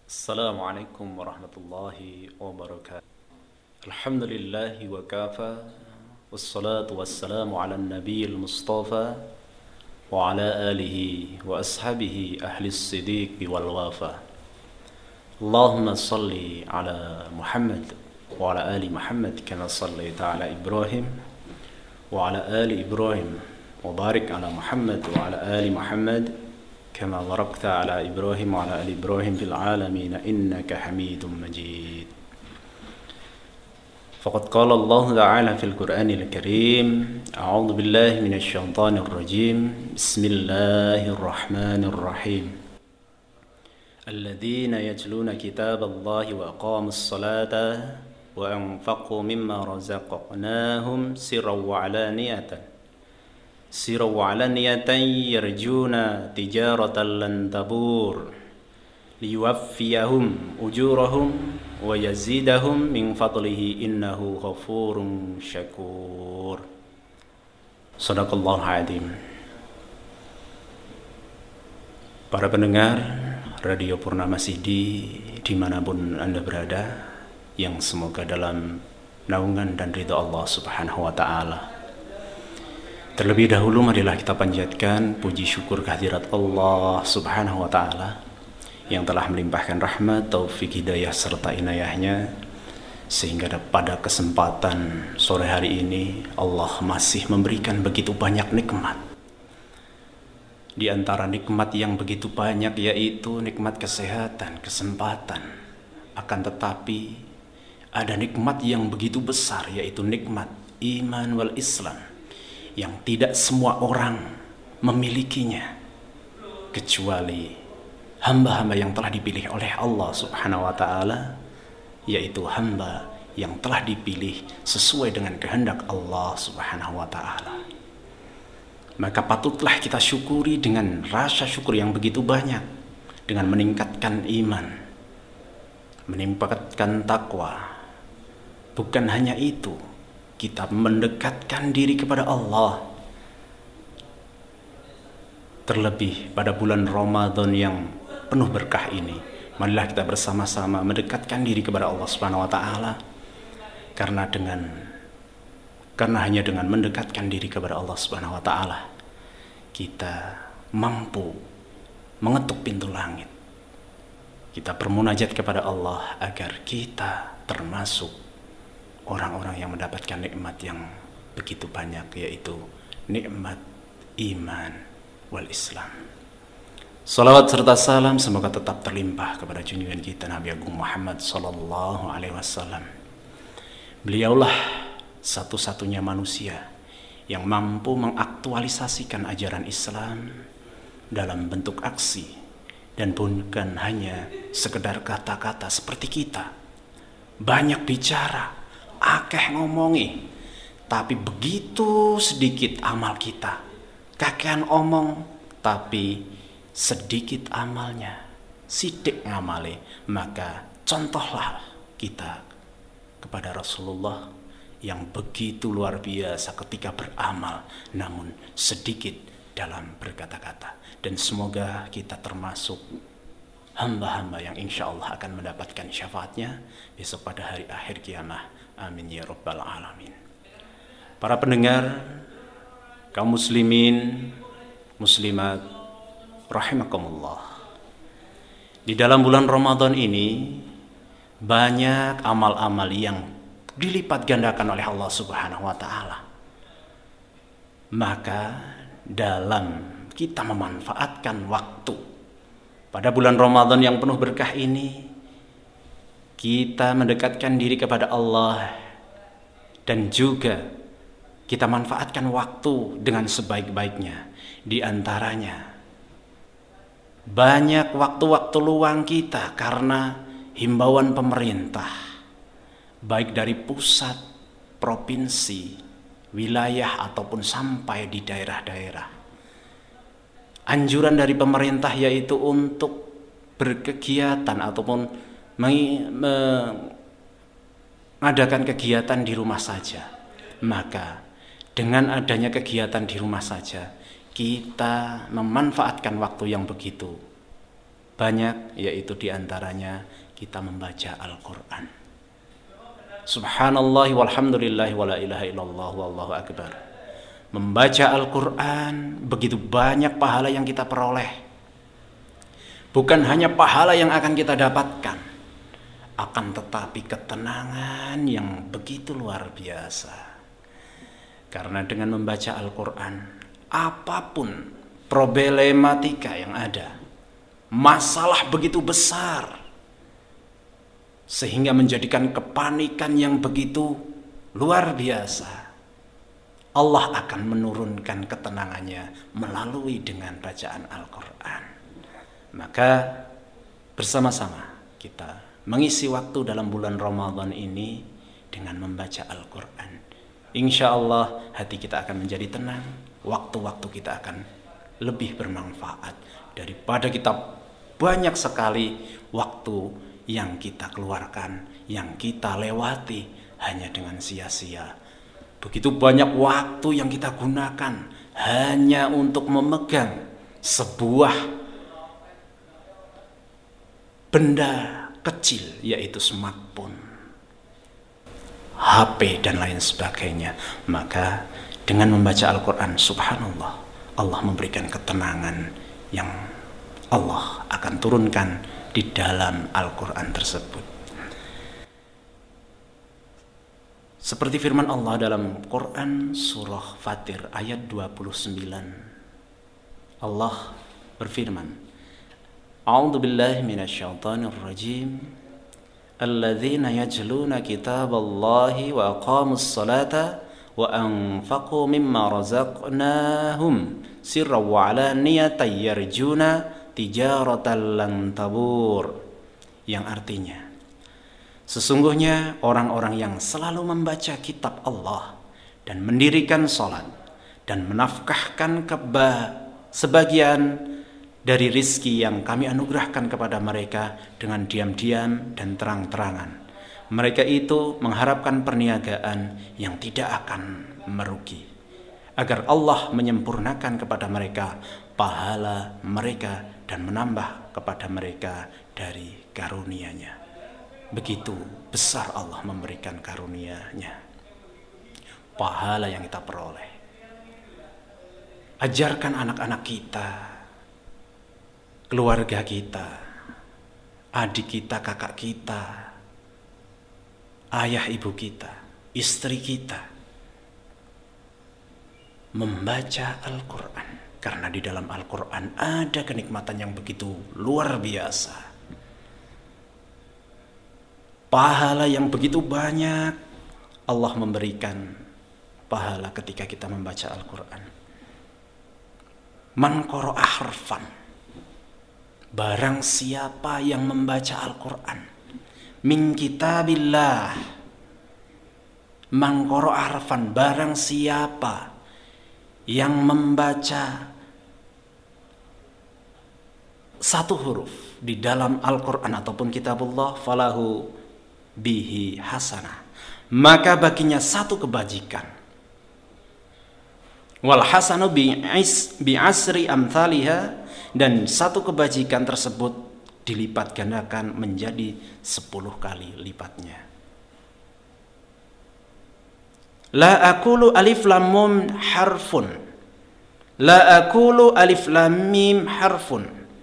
السلام عليكم ورحمة الله وبركاته. الحمد لله وكافى، والصلاة والسلام على النبي المصطفى وعلى آله وأصحابه أهل الصديق والوفا. اللهم صل على محمد وعلى آل محمد كما صليت على إبراهيم وعلى آل إبراهيم، وبارك على محمد وعلى آل محمد كما باركت على إبراهيم وعلى آل إبراهيم في العالمين إنك حميد مجيد. فقد قال الله تعالى في القرآن الكريم: أعوذ بالله من الشيطان الرجيم، بسم الله الرحمن الرحيم. الذين يتلون كتاب الله وأقاموا الصلاة وأنفقوا مما رزقناهم سرا وعلانية يرجون تجارة لن تبور ليوفيهم أجورهم ويزيدهم من فضله إنه غفور شكور. Sadaqallahul Azim. Para pendengar Radio Purnama Sidi dimanapun Anda berada, yang semoga dalam naungan dan ridha Allah Subhanahu wa Ta'ala. Terlebih dahulu marilah kita panjatkan puji syukur kehadirat Allah Subhanahu wa Ta'ala yang telah melimpahkan rahmat, taufik, hidayah serta inayahnya, sehingga pada kesempatan sore hari ini Allah masih memberikan begitu banyak nikmat. Di antara nikmat yang begitu banyak yaitu nikmat kesehatan, kesempatan. Akan tetapi ada nikmat yang begitu besar yaitu nikmat iman wal Islam, yang tidak semua orang memilikinya kecuali hamba-hamba yang telah dipilih oleh Allah Subhanahu wa Ta'ala, yaitu hamba yang telah dipilih sesuai dengan kehendak Allah Subhanahu wa Ta'ala. Maka patutlah kita syukuri dengan rasa syukur yang begitu banyak, dengan meningkatkan iman, meningkatkan takwa. Bukan hanya itu, kita mendekatkan diri kepada Allah. Terlebih pada bulan Ramadan yang penuh berkah ini, marilah kita bersama-sama mendekatkan diri kepada Allah Subhanahu wa Ta'ala. Karena hanya dengan mendekatkan diri kepada Allah Subhanahu wa Ta'ala, kita mampu mengetuk pintu langit. Kita bermunajat kepada Allah agar kita termasuk orang-orang yang mendapatkan nikmat yang begitu banyak, yaitu nikmat iman wal Islam. Salawat serta salam semoga tetap terlimpah kepada junjungan kita Nabi Agung Muhammad sallallahu alaihi wasallam. Beliaulah satu-satunya manusia yang mampu mengaktualisasikan ajaran Islam dalam bentuk aksi, dan bukan hanya sekedar kata-kata seperti kita. Banyak bicara, akeh ngomongi, tapi begitu sedikit amal kita. Kakean omong tapi sedikit amalnya, sidik ngamale. Maka contohlah kita kepada Rasulullah yang begitu luar biasa ketika beramal namun sedikit dalam berkata-kata. Dan semoga kita termasuk hamba-hamba yang insya Allah akan mendapatkan syafaatnya besok pada hari akhir kiamah. Amin ya rabbal alamin. Para pendengar, kaum muslimin, muslimat, rahimakumullah. Di dalam bulan Ramadan ini banyak amal-amal yang dilipat gandakan oleh Allah Subhanahu wa Ta'ala. Maka dalam kita memanfaatkan waktu pada bulan Ramadan yang penuh berkah ini, kita mendekatkan diri kepada Allah, dan juga kita manfaatkan waktu dengan sebaik-baiknya. Di antaranya banyak waktu-waktu luang kita karena himbauan pemerintah, baik dari pusat, provinsi, wilayah ataupun sampai di daerah-daerah. Anjuran dari pemerintah yaitu untuk berkegiatan ataupun mengadakan kegiatan di rumah saja. Maka dengan adanya kegiatan di rumah saja, kita memanfaatkan waktu yang begitu banyak, yaitu diantaranya kita membaca Al-Quran. Subhanallah walhamdulillah wa la ilaha illallah wallahu akbar. Membaca Al-Quran begitu banyak pahala yang kita peroleh. Bukan hanya pahala yang akan kita dapatkan, akan tetapi ketenangan yang begitu luar biasa. Karena dengan membaca Al-Quran, apapun problematika yang ada, masalah begitu besar, sehingga menjadikan kepanikan yang begitu luar biasa, Allah akan menurunkan ketenangannya melalui dengan bacaan Al-Quran. Maka bersama-sama kita mengisi waktu dalam bulan Ramadan ini dengan membaca Al-Quran. Insya Allah hati kita akan menjadi tenang, waktu-waktu kita akan lebih bermanfaat daripada kita banyak sekali waktu yang kita keluarkan, yang kita lewati hanya dengan sia-sia. Begitu banyak waktu yang kita gunakan hanya untuk memegang sebuah benda kecil, yaitu smartphone, HP dan lain sebagainya. Maka dengan membaca Al-Quran, subhanallah, Allah memberikan ketenangan yang Allah akan turunkan di dalam Al-Quran tersebut. Seperti firman Allah dalam Quran surah Fatir ayat 29. Allah berfirman, A'udzu billahi minasyaitonir rajim. Alladzina yajluna kitaballahi wa aqamus salata wa anfaqu mimma razaqnahum sirran wa alaniyatan yarjuna tijaratan lan tabur. Yang artinya, sesungguhnya orang-orang yang selalu membaca kitab Allah dan mendirikan salat dan menafkahkan sebagian dari rizki yang kami anugerahkan kepada mereka dengan diam-diam dan terang-terangan. Mereka itu mengharapkan perniagaan yang tidak akan merugi, agar Allah menyempurnakan kepada mereka pahala mereka dan menambah kepada mereka dari karunia-Nya. Begitu besar Allah memberikan karunia-Nya, pahala yang kita peroleh. Ajarkan anak-anak kita, keluarga kita, adik kita, kakak kita, ayah ibu kita, istri kita, membaca Al-Quran. Karena di dalam Al-Quran ada kenikmatan yang begitu luar biasa, pahala yang begitu banyak. Allah memberikan pahala ketika kita membaca Al-Quran. Man qara'a harfan, barang siapa yang membaca Al-Quran, min kitabillah. Man qara'a harfan, barang siapa yang membaca satu huruf di dalam Al-Quran ataupun kitabullah, falahu bihi hasanah, maka baginya satu kebajikan. Wal hasanu bi asri amthaliha, dan satu kebajikan tersebut dilipat gandakan menjadi 10 kali lipatnya. La aqulu alif lam mim harfun, la aqulu alif lam mim harfun.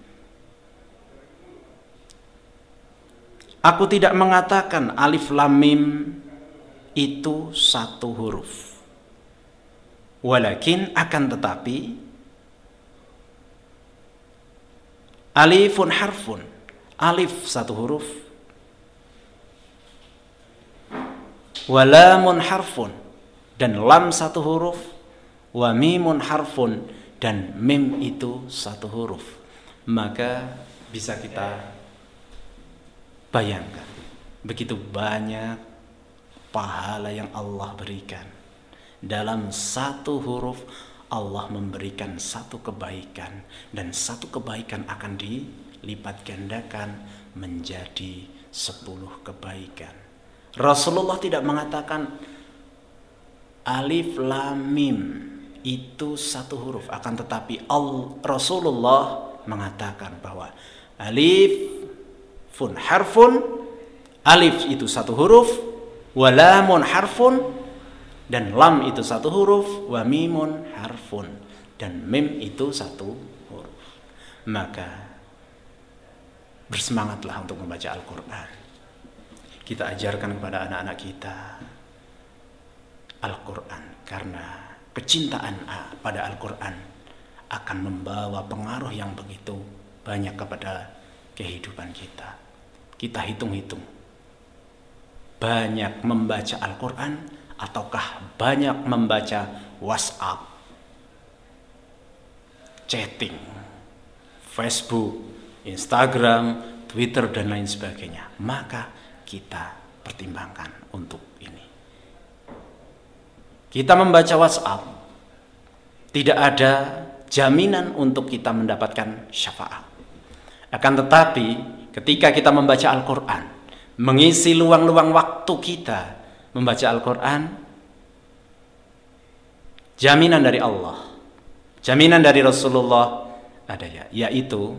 Aku tidak mengatakan alif lam mim itu satu huruf. Walakin, akan tetapi, alifun harfun, alif satu huruf, walamun harfun, dan lam satu huruf, wa mimun harfun, dan mim itu satu huruf. Maka bisa kita bayangkan begitu banyak pahala yang Allah berikan. Dalam satu huruf Allah memberikan satu kebaikan, dan satu kebaikan akan dilipat gandakan menjadi 10 kebaikan. Rasulullah tidak mengatakan alif lam mim itu satu huruf, akan tetapi Rasulullah mengatakan bahwa Alifun harfun, alif itu satu huruf, wa lamun harfun, dan lam itu satu huruf, wa mimun harfun, dan mim itu satu huruf. Maka bersemangatlah untuk membaca Al-Quran. Kita ajarkan kepada anak-anak kita Al-Quran, karena kecintaan pada Al-Quran akan membawa pengaruh yang begitu banyak kepada kehidupan kita. Kita hitung-hitung, banyak membaca Al-Quran ataukah banyak membaca WhatsApp, chatting, Facebook, Instagram, Twitter, dan lain sebagainya. Maka kita pertimbangkan untuk ini. Kita membaca WhatsApp, tidak ada jaminan untuk kita mendapatkan syafaat. Akan tetapi ketika kita membaca Al-Quran, mengisi luang-luang waktu kita membaca Al-Quran, jaminan dari Allah, jaminan dari Rasulullah ada yaitu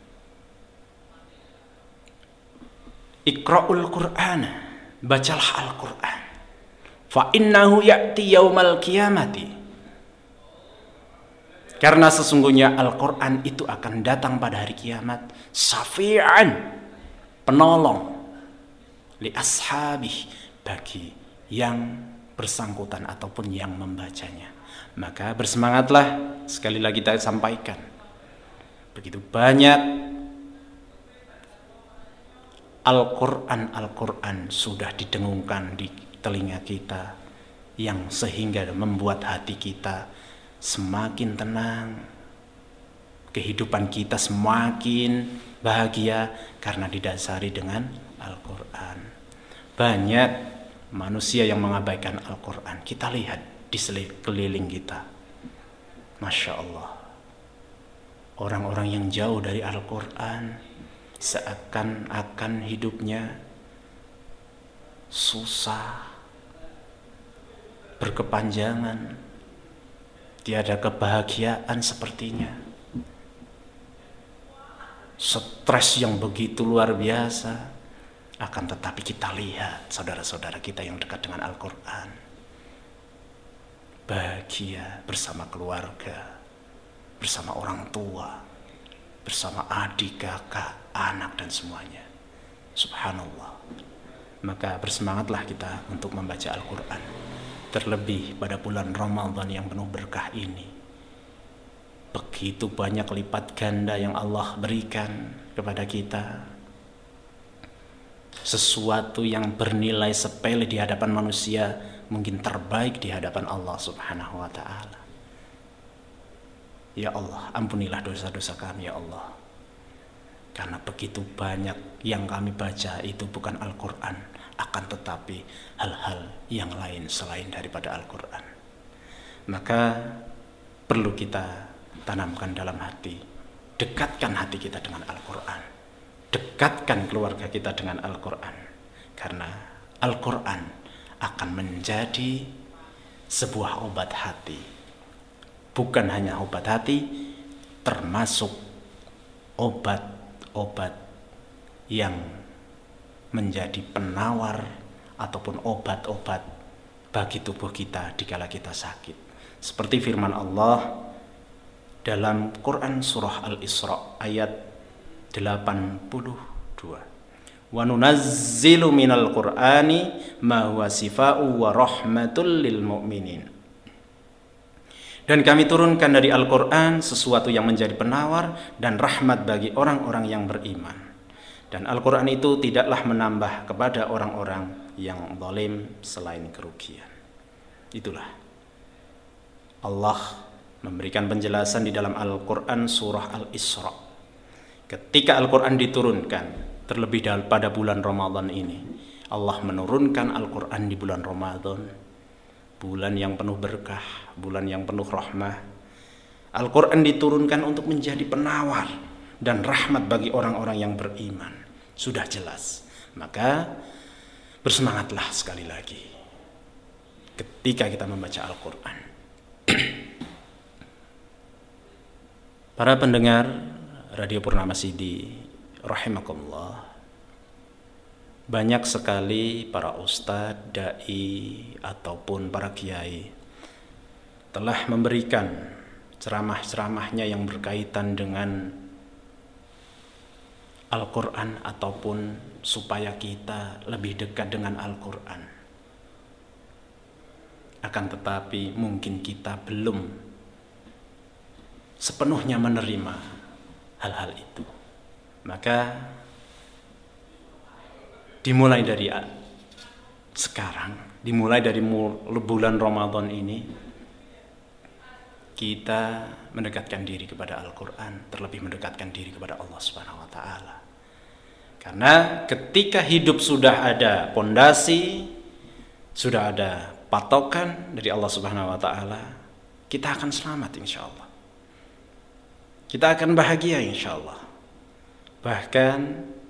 Iqra'ul Qur'an, bacalah Al-Quran, fa innahu ya'ti yaumal qiyamati, karena sesungguhnya Al-Quran itu akan datang pada hari kiamat, syafi'an, penolong, li ashabih, bagi yang bersangkutan ataupun yang membacanya. Maka bersemangatlah, sekali lagi kita sampaikan, begitu banyak Al-Quran sudah didengungkan di telinga kita, yang sehingga membuat hati kita semakin tenang, kehidupan kita semakin bahagia karena didasari dengan Al-Quran. Banyak manusia yang mengabaikan Al-Quran. Kita lihat di sekeliling kita, Masya Allah, orang-orang yang jauh dari Al-Quran seakan-akan hidupnya susah, berkepanjangan, tiada kebahagiaan sepertinya. Stres yang begitu luar biasa. Akan tetapi kita lihat saudara-saudara kita yang dekat dengan Al-Quran, bahagia bersama keluarga, bersama orang tua, bersama adik, kakak, anak, dan semuanya. Subhanallah. Maka bersemangatlah kita untuk membaca Al-Quran, terlebih pada bulan Ramadan yang penuh berkah ini. Begitu banyak lipat ganda yang Allah berikan kepada kita. Sesuatu yang bernilai sepele di hadapan manusia mungkin terbaik di hadapan Allah Subhanahu wa ta'ala. Ya Allah, ampunilah dosa-dosa kami ya Allah. Karena begitu banyak yang kami baca itu bukan Al-Quran, akan tetapi hal-hal yang lain selain daripada Al-Quran. Maka perlu kita tanamkan dalam hati, dekatkan hati kita dengan Al-Quran, dekatkan keluarga kita dengan Al-Quran, karena Al-Quran akan menjadi sebuah obat hati. Bukan hanya obat hati, termasuk obat-obat yang menjadi penawar ataupun obat-obat bagi tubuh kita dikala kita sakit. Seperti firman Allah dalam Quran surah Al-Isra ayat 82. Wa nunazzilu minal Qur'ani ma huwa sifaa'u wa rahmatul lil mu'minin. Dan kami turunkan dari Al-Quran sesuatu yang menjadi penawar dan rahmat bagi orang-orang yang beriman. Dan Al-Quran itu tidaklah menambah kepada orang-orang yang zalim selain kerugian. Itulah Allah memberikan penjelasan di dalam Al-Quran surah Al-Isra. Ketika Al-Quran diturunkan, terlebih pada bulan Ramadan ini, Allah menurunkan Al-Quran di bulan Ramadan, bulan yang penuh berkah, bulan yang penuh rahmah. Al-Quran diturunkan untuk menjadi penawar dan rahmat bagi orang-orang yang beriman. Sudah jelas. Maka bersemangatlah sekali lagi ketika kita membaca Al-Quran. Para pendengar Radio Purnama Sidi rahimakumullah, banyak sekali para ustadz, dai ataupun para kiai telah memberikan ceramah-ceramahnya yang berkaitan dengan Al-Quran ataupun supaya kita lebih dekat dengan Al-Quran. Akan tetapi mungkin kita belum sepenuhnya menerima hal-hal itu. Maka dimulai dari sekarang, dimulai dari bulan Ramadan ini, kita mendekatkan diri kepada Al-Quran, terlebih mendekatkan diri kepada Allah Subhanahu wa Ta'ala. Karena ketika hidup sudah ada pondasi, sudah ada patokan dari Allah Subhanahu wa Ta'ala, kita akan selamat insya Allah. Kita akan bahagia insya Allah. Bahkan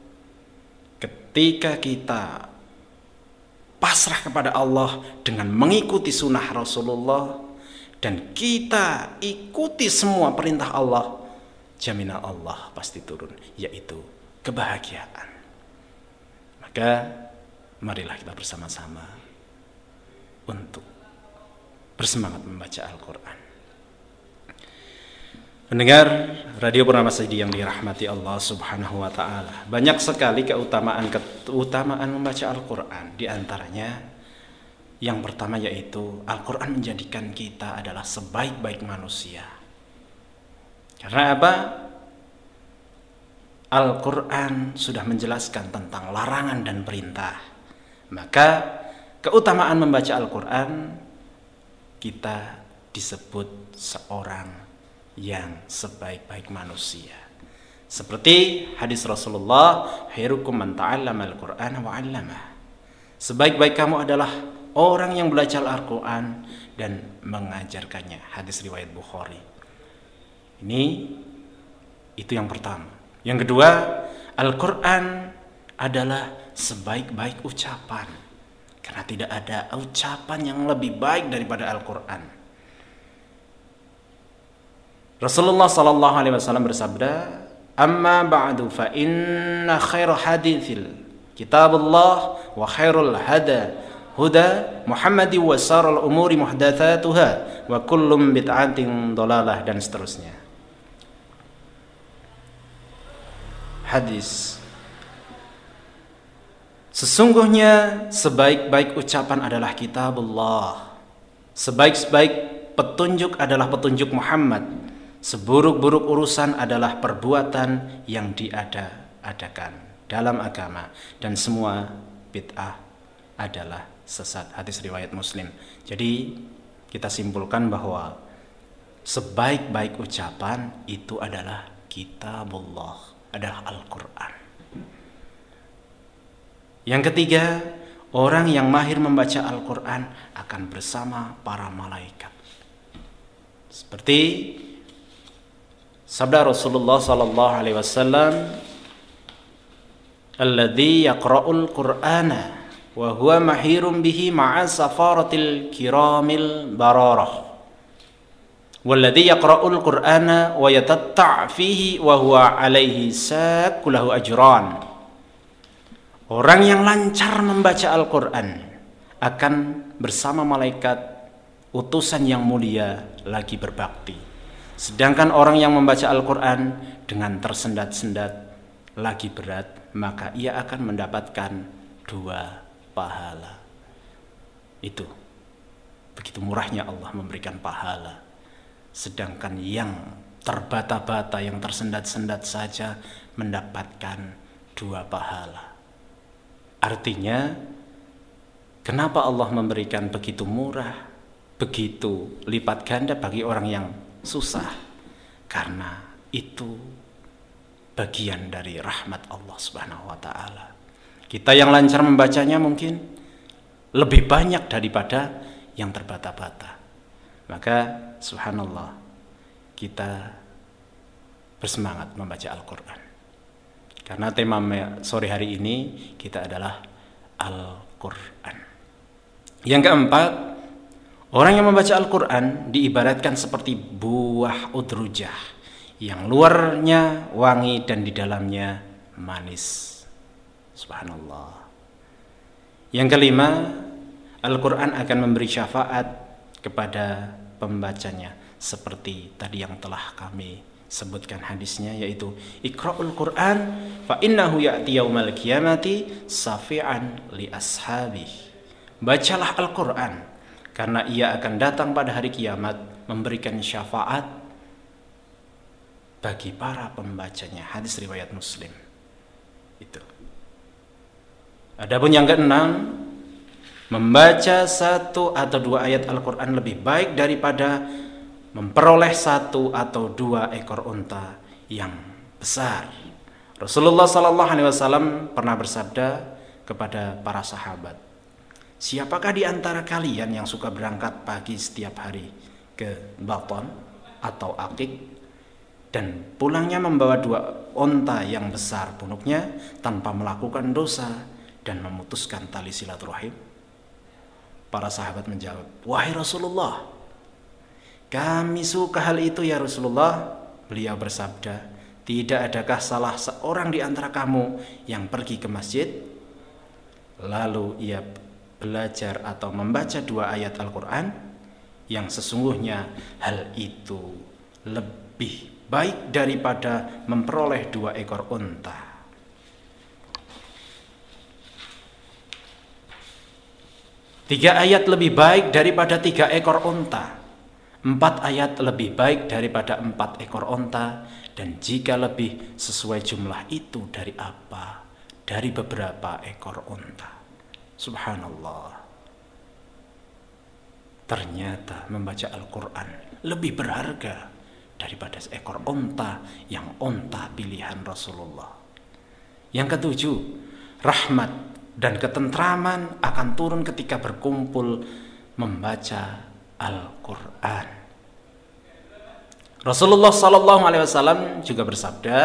ketika kita pasrah kepada Allah dengan mengikuti sunnah Rasulullah dan kita ikuti semua perintah Allah, jaminan Allah pasti turun, yaitu kebahagiaan. Maka marilah kita bersama-sama untuk bersemangat membaca Al-Quran. Mendengar Radio Purnama Saidi yang dirahmati Allah Subhanahu wa Ta'ala, banyak sekali keutamaan membaca Al-Quran. Di antaranya yang pertama yaitu Al-Quran menjadikan kita adalah sebaik-baik manusia. Karena apa? Al-Quran sudah menjelaskan tentang larangan dan perintah. Maka keutamaan membaca Al-Quran, kita disebut seorang yang sebaik-baik manusia. Seperti hadis Rasulullah, khairukum man ta'allama al-Qur'ana wa 'allamah. Sebaik-baik kamu adalah orang yang belajar Al-Qur'an dan mengajarkannya. Hadis riwayat Bukhari. Itu yang pertama. Yang kedua, Al-Qur'an adalah sebaik-baik ucapan. Karena tidak ada ucapan yang lebih baik daripada Al-Qur'an. Rasulullah sallallahu alaihi wasallam bersabda, "Amma ba'du fa inna khairu haditsil kitabullah wa khairul huda Muhammadi wa sarul umuri muhdatsatuha wa kullum bid'atin dhalalah," dan seterusnya. Hadis. Sesungguhnya sebaik-baik ucapan adalah kitabullah. Sebaik-baik petunjuk adalah petunjuk Muhammad. Seburuk-buruk urusan adalah perbuatan yang diada-adakan dalam agama, dan semua bid'ah adalah sesat. Hadis riwayat Muslim. Jadi kita simpulkan bahwa sebaik-baik ucapan itu adalah kitabullah, adalah Al-Quran. Yang ketiga, orang yang mahir membaca Al-Quran akan bersama para malaikat. Seperti sabda Rasulullah sallallahu alaihi wasallam, "Alladzi yaqra'ul Qur'ana wa huwa mahirun bihi ma'a safaratil kiramil bararah. Walladzi yaqra'ul Qur'ana wa yatatta' fihi wa huwa 'alaihi sakku lahu ajran." Orang yang lancar membaca Al-Qur'an akan bersama malaikat utusan yang mulia lagi berbakti. Sedangkan orang yang membaca Al-Quran dengan tersendat-sendat lagi berat, maka ia akan mendapatkan 2 pahala. Itu begitu murahnya Allah memberikan pahala. Sedangkan yang terbata-bata, yang tersendat-sendat saja mendapatkan 2 pahala. Artinya, kenapa Allah memberikan begitu murah, begitu lipat ganda bagi orang yang susah? Karena itu bagian dari rahmat Allah Subhanahu wa Ta'ala. Kita yang lancar membacanya mungkin lebih banyak daripada yang terbata-bata. Maka subhanallah, kita bersemangat membaca Al-Quran. Karena tema sore hari ini kita adalah Al-Quran. Yang keempat, orang yang membaca Al-Quran diibaratkan seperti buah udrujah yang luarnya wangi dan di dalamnya manis. Subhanallah. Yang kelima, Al-Quran akan memberi syafaat kepada pembacanya, seperti tadi yang telah kami sebutkan hadisnya, yaitu Iqra'ul Quran fa innahu ya'ti yaumal qiyamati safi'an li ashabih. Bacalah Al-Quran karena ia akan datang pada hari kiamat memberikan syafaat bagi para pembacanya. Hadis riwayat Muslim. Itu. Adapun yang keenam, membaca 1 atau 2 ayat Al-Quran lebih baik daripada memperoleh 1 atau 2 ekor unta yang besar. Rasulullah SAW pernah bersabda kepada para sahabat, siapakah di antara kalian yang suka berangkat pagi setiap hari ke Baton atau Akik dan pulangnya membawa 2 unta yang besar punuknya tanpa melakukan dosa dan memutuskan tali silaturahim? Para sahabat menjawab, wahai Rasulullah, kami suka hal itu ya Rasulullah. Beliau bersabda, tidak adakah salah seorang di antara kamu yang pergi ke masjid lalu ia belajar atau membaca 2 ayat Al-Quran, yang sesungguhnya hal itu lebih baik daripada memperoleh 2 ekor unta. 3 ayat lebih baik daripada 3 ekor unta. 4 ayat lebih baik daripada 4 ekor unta. Dan jika lebih, sesuai jumlah itu dari apa? Dari beberapa ekor unta. Subhanallah. Ternyata membaca Al-Quran lebih berharga daripada seekor unta yang unta pilihan Rasulullah. Yang ketujuh, rahmat dan ketentraman akan turun ketika berkumpul membaca Al-Quran. Rasulullah SAW juga bersabda,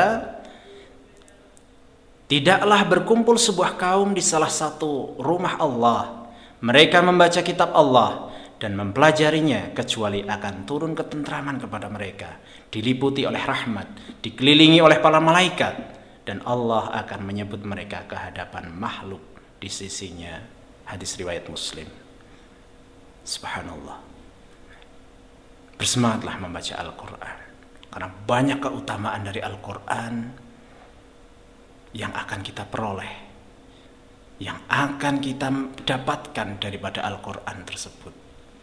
tidaklah berkumpul sebuah kaum di salah satu rumah Allah, mereka membaca kitab Allah dan mempelajarinya, kecuali akan turun ketentraman kepada mereka, diliputi oleh rahmat, dikelilingi oleh para malaikat, dan Allah akan menyebut mereka ke hadapan makhluk di sisinya. Hadis riwayat Muslim. Subhanallah. Bersemangatlah membaca Al-Quran, karena banyak keutamaan dari Al-Quran yang akan kita peroleh, yang akan kita dapatkan daripada Al-Quran tersebut.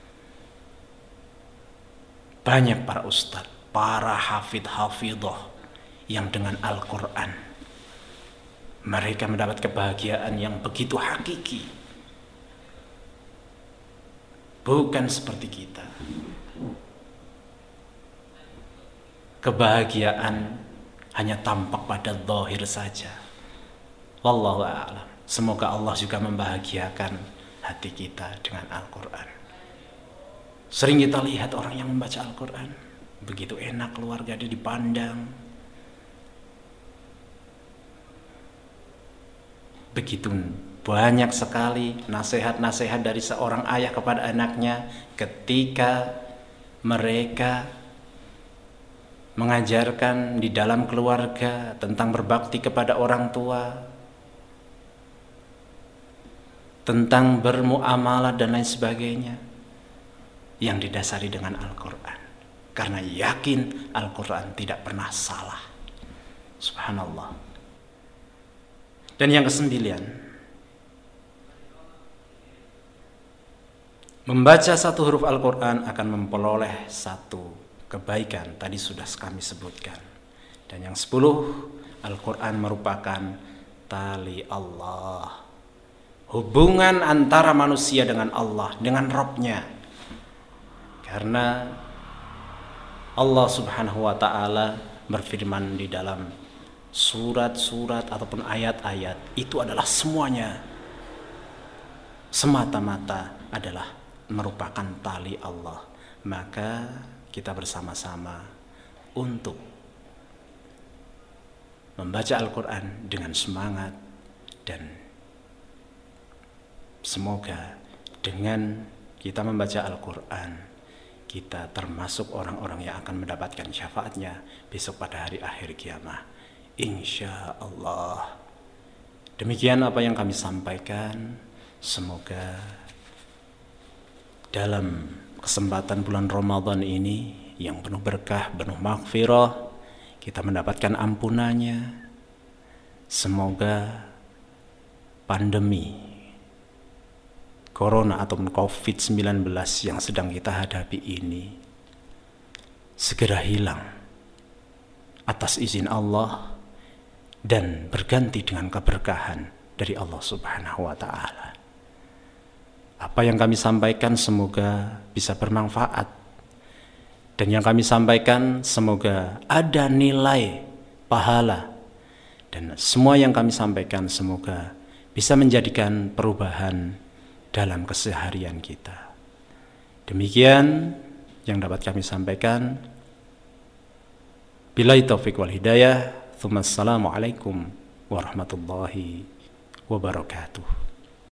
Banyak para ustadz, para hafidh-hafidhah yang dengan Al-Quran mereka mendapat kebahagiaan yang begitu hakiki. Bukan seperti kita. Kebahagiaan hanya tampak pada zahir saja. Wallahu a'lam. Semoga Allah juga membahagiakan hati kita dengan Al-Quran. Sering kita lihat orang yang membaca Al-Quran, begitu enak keluarga dia dipandang, begitu banyak sekali nasihat-nasihat dari seorang ayah kepada anaknya ketika mereka mengajarkan di dalam keluarga tentang berbakti kepada orang tua, tentang bermuamalah dan lain sebagainya, yang didasari dengan Al-Quran, karena yakin Al-Quran tidak pernah salah. Subhanallah. Dan yang kesembilan, membaca 1 huruf Al-Quran akan memperoleh 1 kebaikan, tadi sudah kami sebutkan. Dan yang 10, Al-Quran merupakan tali Allah, hubungan antara manusia dengan Allah, dengan Rabb-nya. Karena Allah Subhanahu wa ta'ala berfirman di dalam surat-surat ataupun ayat-ayat, itu adalah semuanya semata-mata adalah merupakan tali Allah. Maka kita bersama-sama untuk membaca Al-Quran dengan semangat, dan semoga dengan kita membaca Al-Quran kita termasuk orang-orang yang akan mendapatkan syafaatnya besok pada hari akhir kiamat. insya Allah. Demikian apa yang kami sampaikan. Semoga dalam kesempatan bulan Ramadan ini yang penuh berkah, penuh maghfirah, kita mendapatkan ampunannya. Semoga pandemi Corona atau COVID-19 yang sedang kita hadapi ini segera hilang atas izin Allah dan berganti dengan keberkahan dari Allah Subhanahu wa Ta'ala. Apa yang kami sampaikan semoga bisa bermanfaat, dan yang kami sampaikan semoga ada nilai pahala, dan semua yang kami sampaikan semoga bisa menjadikan perubahan dalam keseharian kita. Demikian yang dapat kami sampaikan. Billahi taufiq wal hidayah. Assalamualaikum warahmatullahi wabarakatuh.